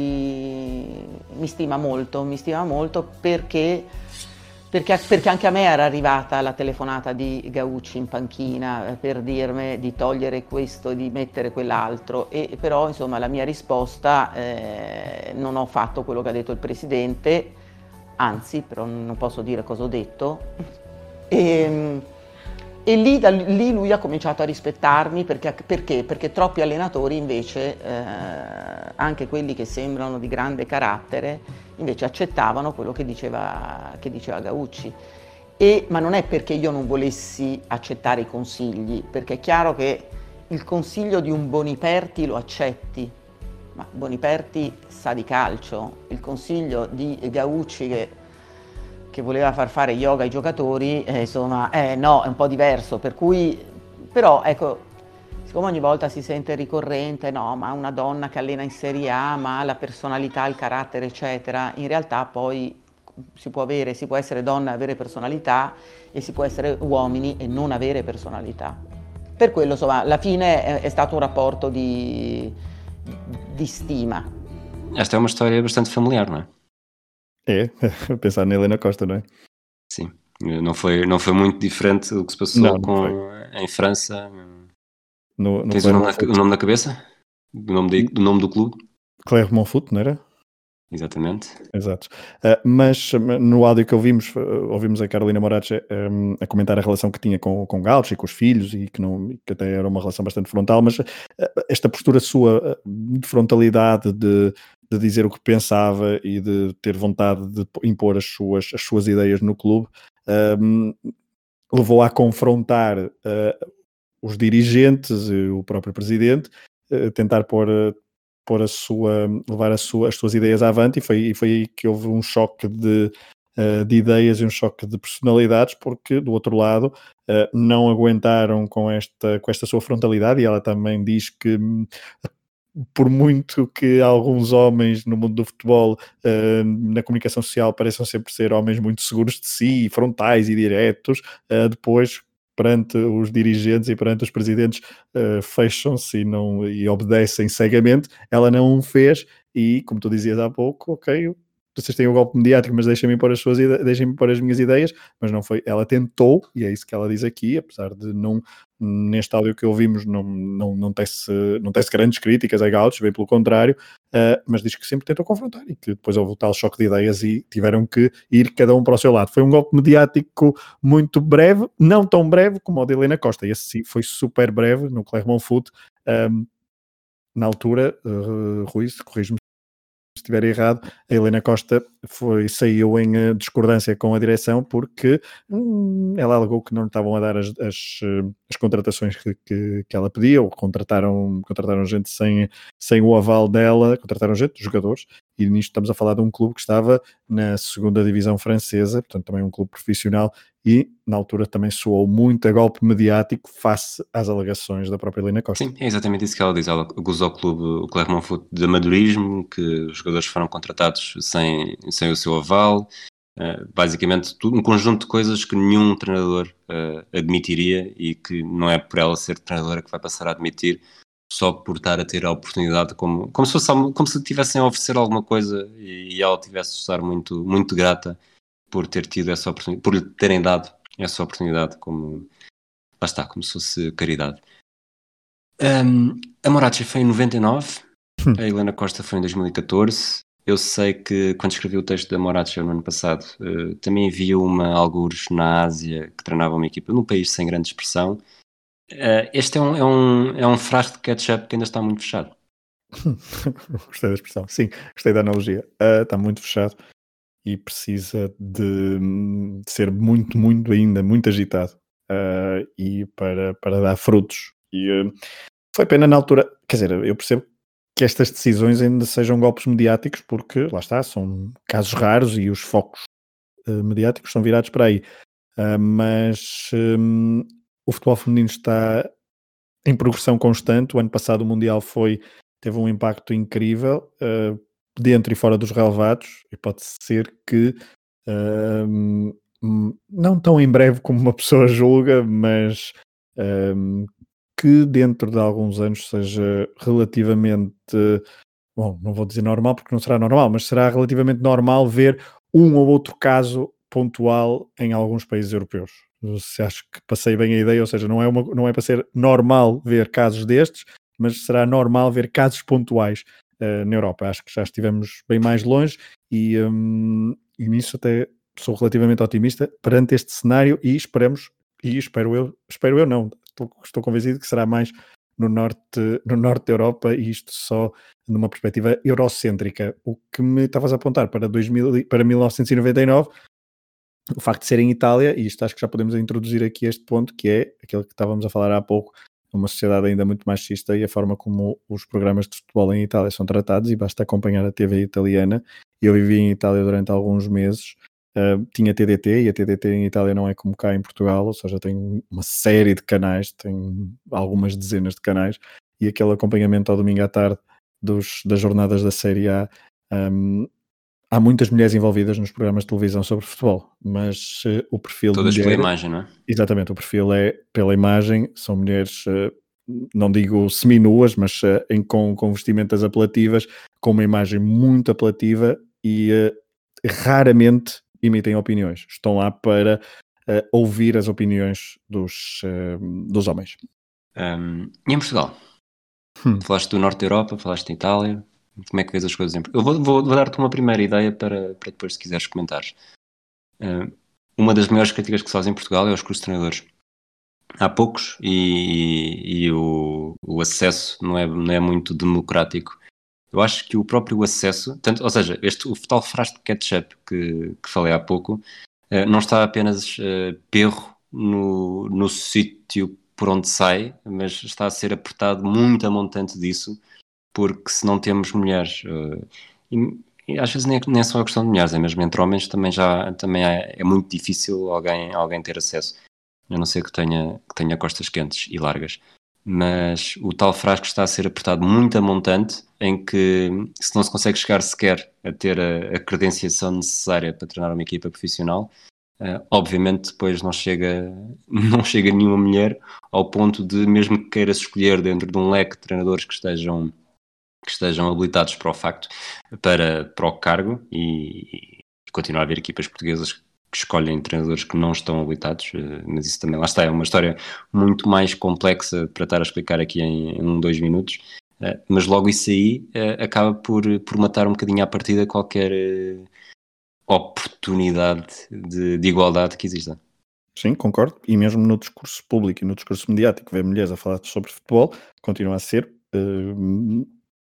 mi stima molto, mi stima molto perché Perché, perché anche a me era arrivata la telefonata di Gaucci in panchina per dirmi di togliere questo, di mettere quell'altro, e però insomma la mia risposta, eh, non ho fatto quello che ha detto il presidente, anzi, però non posso dire cosa ho detto, e, e lì, da lì lui ha cominciato a rispettarmi perché, perché? Perché troppi allenatori invece, eh, anche quelli che sembrano di grande carattere, invece accettavano quello che diceva, che diceva Gaucci. E, ma non è perché io non volessi accettare i consigli, perché è chiaro che il consiglio di un Boniperti lo accetti, ma Boniperti sa di calcio, il consiglio di Gaucci che, che voleva far fare yoga ai giocatori, eh, insomma, eh, no, è un po' diverso, per cui, però ecco, siccome ogni volta si sente ricorrente, no, ma una donna che allena in Serie A, ma la personalità, il carattere, eccetera, in realtà poi si può avere, si può essere donna e avere personalità, e si può essere uomini e non avere personalità. Per quello, insomma, alla fine è, è stato un rapporto di, di stima. Esta é uma história bastante familiar, não é? É, pensar na Helena Costa, não é? Sim, não foi, não foi muito diferente do que se passou não, não com, foi. em França. No, no Tens o nome, na, o nome na cabeça? Do nome, de, do nome do clube? Clermont Foot, não era? Exatamente. Exato. Uh, mas no áudio que ouvimos, uh, ouvimos a Carolina Morace um, a comentar a relação que tinha com, com Gaucho e com os filhos, e que, não, que até era uma relação bastante frontal, mas uh, esta postura sua uh, de frontalidade, de, de dizer o que pensava e de ter vontade de impor as suas, as suas ideias no clube, um, levou a confrontar uh, os dirigentes e o próprio presidente, uh, tentar pôr... Uh, pôr a sua, levar a sua, as suas ideias avante, e foi, e foi aí que houve um choque de, uh, de ideias e um choque de personalidades, porque do outro lado uh, não aguentaram com esta, com esta sua frontalidade, e ela também diz que por muito que alguns homens no mundo do futebol uh, na comunicação social pareçam sempre ser homens muito seguros de si, frontais e diretos, uh, depois perante os dirigentes e perante os presidentes uh, fecham-se e, não, e obedecem cegamente. Ela não o fez e, como tu dizias há pouco, ok, vocês têm o golpe mediático, mas deixem-me pôr as suas ide- deixem-me pôr as minhas ideias, mas não foi. Ela tentou, e é isso que ela diz aqui, apesar de não, neste áudio que ouvimos, não, não, não tece, não tece grandes críticas a Gaucho, bem pelo contrário, uh, mas diz que sempre tentou confrontar e que depois houve o tal choque de ideias e tiveram que ir cada um para o seu lado. Foi um golpe mediático muito breve, não tão breve como o de Helena Costa, esse sim foi super breve no Clermont Foot. Um, na altura, uh, Rui, corrijo-me se estiver errado, a Helena Costa foi, saiu em uh, discordância com a direção porque hum, ela alegou que não lhe estavam a dar as, as, as contratações que, que, que ela pedia, ou contrataram, contrataram gente sem, sem o aval dela, contrataram gente, jogadores, e nisto estamos a falar de um clube que estava na segunda divisão francesa, portanto também um clube profissional, e na altura também soou muito a golpe mediático face às alegações da própria Helena Costa. Sim, é exatamente isso que ela diz. Ela acusa o clube, o Clermont Foot, de amadorismo, que os jogadores foram contratados sem, sem o seu aval, uh, basicamente tudo, um conjunto de coisas que nenhum treinador uh, admitiria, e que não é por ela ser treinadora que vai passar a admitir, só por estar a ter a oportunidade, como, como, se, fosse, como se tivessem a oferecer alguma coisa e, e ela tivesse de estar muito, muito grata por ter tido essa oportunidade, por lhe terem dado essa oportunidade, como lá está, como se fosse caridade. Um, a Morace foi em noventa e nove, hum. A Helena Costa foi em dois mil e catorze. Eu sei que quando escrevi o texto da Morace no ano passado, uh, também havia uma algures na Ásia que treinava uma equipa num país sem grande expressão. Uh, este é um, é, um, é um frasco de ketchup que ainda está muito fechado. Gostei da expressão, sim, gostei da analogia. Uh, está muito fechado e precisa de, de ser muito, muito ainda, muito agitado uh, e para, para dar frutos. E uh, foi pena na altura, quer dizer, eu percebo que estas decisões ainda sejam golpes mediáticos, porque lá está, são casos raros e os focos uh, mediáticos são virados para aí. Uh, mas um, o futebol feminino está em progressão constante. O ano passado o Mundial foi, teve um impacto incrível, uh, dentro e fora dos relevados, e pode ser que uh, não tão em breve como uma pessoa julga, mas uh, que dentro de alguns anos seja relativamente, bom, não vou dizer normal porque não será normal, mas será relativamente normal ver um ou outro caso pontual em alguns países europeus. Se acho que passei bem a ideia, ou seja, não é, uma, não é para ser normal ver casos destes, mas será normal ver casos pontuais uh, na Europa. Acho que já estivemos bem mais longe e, um, e nisso até sou relativamente otimista perante este cenário e esperamos, e espero eu, espero eu não, estou, estou convencido que será mais no norte, no norte da Europa, e isto só numa perspectiva eurocêntrica. O que me estavas a apontar para, dois mil, para mil novecentos e noventa e nove, o facto de ser em Itália, e isto acho que já podemos introduzir aqui este ponto, que é aquele que estávamos a falar há pouco, uma sociedade ainda muito machista, e a forma como os programas de futebol em Itália são tratados, e basta acompanhar a T V italiana. Eu vivi em Itália durante alguns meses, uh, tinha T D T, e a T D T em Itália não é como cá em Portugal, ou seja, tem uma série de canais, tem algumas dezenas de canais, e aquele acompanhamento ao domingo à tarde dos, das jornadas da Série A, um, há muitas mulheres envolvidas nos programas de televisão sobre futebol, mas uh, o perfil todas de mulher, pela imagem, não é? Exatamente, o perfil é pela imagem, são mulheres, uh, não digo seminuas, mas uh, em, com, com vestimentas apelativas, com uma imagem muito apelativa, e uh, raramente emitem opiniões, estão lá para uh, ouvir as opiniões dos, uh, dos homens. Um, e em Portugal? Hum. Falaste do norte da Europa, falaste de Itália. Como é que vês as coisas? Em... Eu vou, vou, vou dar-te uma primeira ideia para, para depois, se quiseres, comentares. Uh, uma das maiores críticas que se faz em Portugal é aos cursos de treinadores. Há poucos e, e o, o acesso não é, não é muito democrático. Eu acho que o próprio acesso, tanto, ou seja, este, o tal frasco de ketchup que, que falei há pouco, uh, não está apenas uh, perro no, no sítio por onde sai, mas está a ser apertado muito a montante disso, porque se não temos mulheres, uh, e, e às vezes nem, nem é só a questão de mulheres, é mesmo entre homens também, já, também é, é muito difícil alguém, alguém ter acesso, a não ser que tenha, que tenha costas quentes e largas. Mas o tal frasco está a ser apertado muito a montante, em que se não se consegue chegar sequer a ter a, a credenciação necessária para treinar uma equipa profissional, uh, obviamente depois não chega, não chega nenhuma mulher ao ponto de, mesmo que queira escolher dentro de um leque de treinadores que estejam, que estejam habilitados para o facto, para, para o cargo, e, e continuar a haver equipas portuguesas que escolhem treinadores que não estão habilitados, mas isso também, lá está, é uma história muito mais complexa para estar a explicar aqui em, em um, dois minutos, mas logo isso aí acaba por, por matar um bocadinho à partida qualquer oportunidade de, de igualdade que exista. Sim, concordo, e mesmo no discurso público e no discurso mediático, ver mulheres a falar sobre futebol continua a ser uh,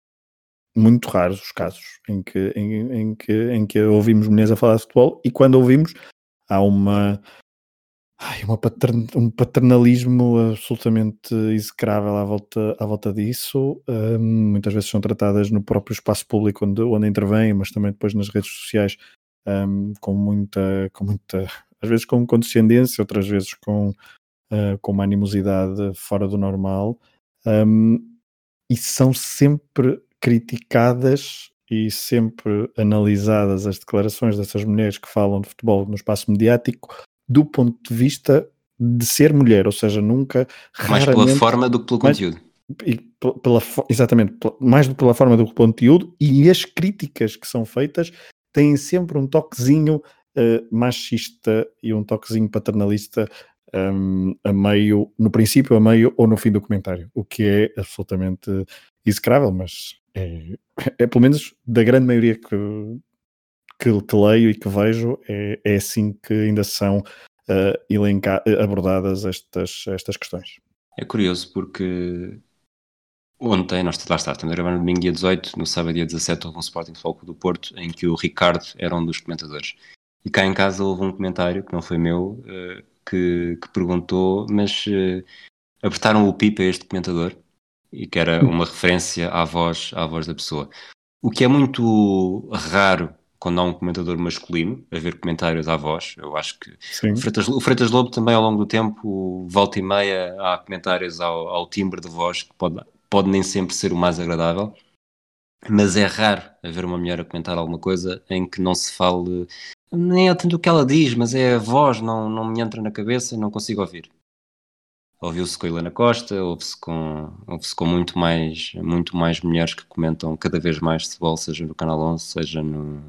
muito raros os casos em que, em, em, que, em que ouvimos mulheres a falar de futebol, e quando ouvimos há uma, ai, uma patern, um paternalismo absolutamente execrável à volta, à volta disso. Um, muitas vezes são tratadas no próprio espaço público onde, onde intervêm, mas também depois nas redes sociais, um, com muita, com muita, às vezes com condescendência, outras vezes com, uh, com uma animosidade fora do normal, um, e são sempre criticadas e sempre analisadas as declarações dessas mulheres que falam de futebol no espaço mediático do ponto de vista de ser mulher, ou seja, nunca, mais pela forma do que pelo mais, conteúdo. E pela, exatamente, mais do que pela forma do que pelo conteúdo, e as críticas que são feitas têm sempre um toquezinho uh, machista e um toquezinho paternalista, um, a meio, no princípio, a meio ou no fim do comentário, o que é absolutamente execrável, mas é, é pelo menos da grande maioria que, que, que leio e que vejo, é, é assim que ainda são uh, elenca- abordadas estas, estas questões. É curioso porque ontem, nós lá está, estamos a gravar no domingo dia dezoito, no sábado dia dezassete houve um Sporting Futebol Clube do Porto em que o Ricardo era um dos comentadores. E cá em casa houve um comentário, que não foi meu, uh, que, que perguntou, mas uh, apertaram o pipa a este comentador, e que era uma referência à voz, à voz da pessoa. O que é muito raro quando há um comentador masculino, haver comentários à voz. Eu acho que o Freitas, o Freitas Lobo também, ao longo do tempo, volta e meia, há comentários ao, ao timbre de voz, que pode, pode nem sempre ser o mais agradável, mas é raro haver uma mulher a comentar alguma coisa em que não se fale, nem é tanto o que ela diz, mas é a voz, não, não me entra na cabeça, não consigo ouvir. Ouviu-se com a Helena Costa, ouve-se com, ouve-se com muito, mais, muito mais mulheres que comentam cada vez mais futebol, seja no Canal onze, seja no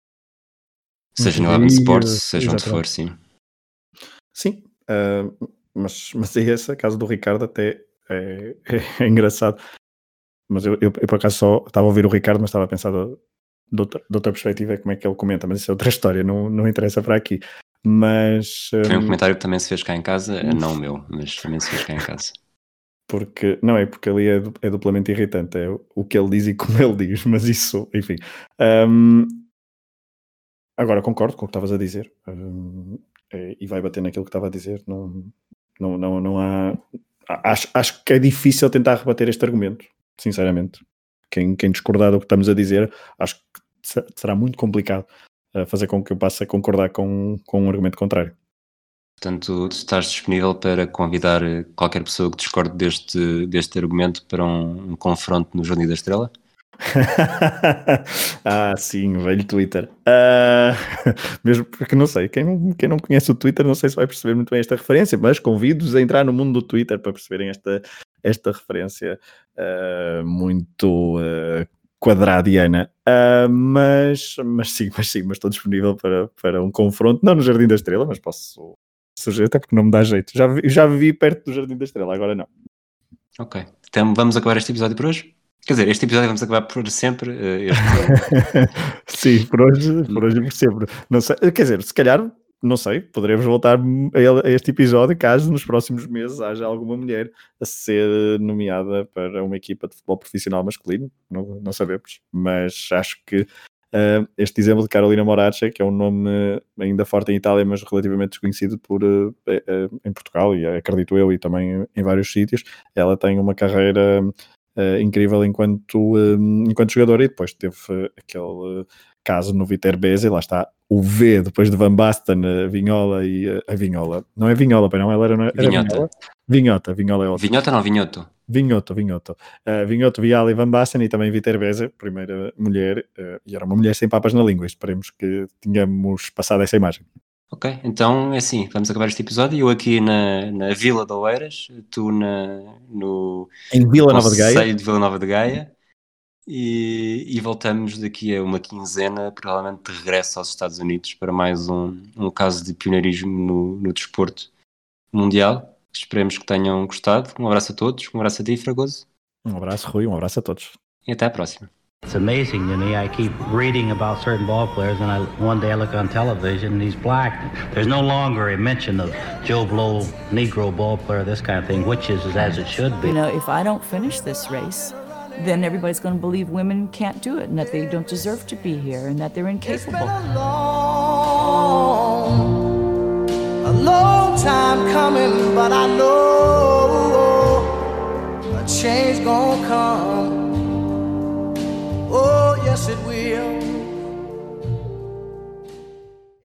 seja no Eleven Sports, seja onde for, sim. Sim, uh, mas, mas é esse, a caso do Ricardo até é, é, é engraçado. Mas eu, eu, eu por acaso só estava a ouvir o Ricardo, mas estava a pensar de, de, outra, de outra perspectiva como é que ele comenta, mas isso é outra história, não, não interessa para aqui. Mas foi um comentário que também se fez cá em casa, não o meu, mas também se fez cá em casa. Porque, não é porque ali é, é duplamente irritante, é o que ele diz e como ele diz, mas isso, enfim. Um, agora concordo com o que estavas a dizer, um, é, e vai bater naquilo que estava a dizer. Não, não, não, não há. Acho, acho que é difícil tentar rebater este argumento, sinceramente. Quem, quem discordar do que estamos a dizer, acho que será muito complicado uh, fazer com que eu passe a concordar com, com um argumento contrário. Portanto, estás disponível para convidar qualquer pessoa que discorde deste, deste argumento para um, um confronto no Jornal da Estrela? Ah, sim, velho Twitter. Uh, mesmo porque não sei, quem não, quem não conhece o Twitter não sei se vai perceber muito bem esta referência, mas convido-os a entrar no mundo do Twitter para perceberem esta, esta referência uh, muito uh, quadradiana. Uh, mas, mas sim, mas sim, mas estou disponível para, para um confronto, não no Jardim da Estrela, mas posso surgir, até porque não me dá jeito. Já, vi, já vivi perto do Jardim da Estrela, agora não. Ok, então vamos acabar este episódio por hoje? Quer dizer, este episódio vamos acabar por sempre. Uh, este... Sim, por hoje, por hoje por sempre. Não sei, quer dizer, se calhar, não sei, poderemos voltar a, ele, a este episódio caso nos próximos meses haja alguma mulher a ser nomeada para uma equipa de futebol profissional masculino. Não, não sabemos, mas acho que uh, este exemplo de Carolina Moracci, que é um nome ainda forte em Itália, mas relativamente desconhecido por, uh, uh, em Portugal, e acredito eu, e também em vários sítios, ela tem uma carreira... Uh, incrível enquanto, um, enquanto jogador, e depois teve uh, aquele uh, caso no Viterbese, lá está o V depois de Van Basten, a Vinhola e uh, a Vinhola, não é Vinhola, não, ela era, não era Vinhota. Vinhola? Vinhota, Vinhola é outra. Vinhota não, Vinhoto. Vinhoto, Vinhoto. Uh, Vinhoto, Viala e Van Basten, e também Viterbese, primeira mulher, uh, e era uma mulher sem papas na língua, esperemos que tenhamos passado essa imagem. Ok, então é assim, vamos acabar este episódio, eu aqui na, na Vila de Oeiras, tu na, no em Vila Nova de Gaia, Conselho de Vila Nova de Gaia, e, e voltamos daqui a uma quinzena, provavelmente de regresso aos Estados Unidos, para mais um, um caso de pioneirismo no, no desporto mundial. Esperemos que tenham gostado. Um abraço a todos, um abraço a ti, Fragoso. Um abraço, Rui, um abraço a todos. E até à próxima. It's amazing to me. I keep reading about certain ball players, and I one day I look on television and he's black. There's no longer a mention of Joe Blow, Negro ball player, this kind of thing, which is as it should be. You know, if I don't finish this race, then everybody's going to believe women can't do it and that they don't deserve to be here and that they're incapable. It's been a long, a long time coming, but I know a change gonna come. Oh, yes, it will.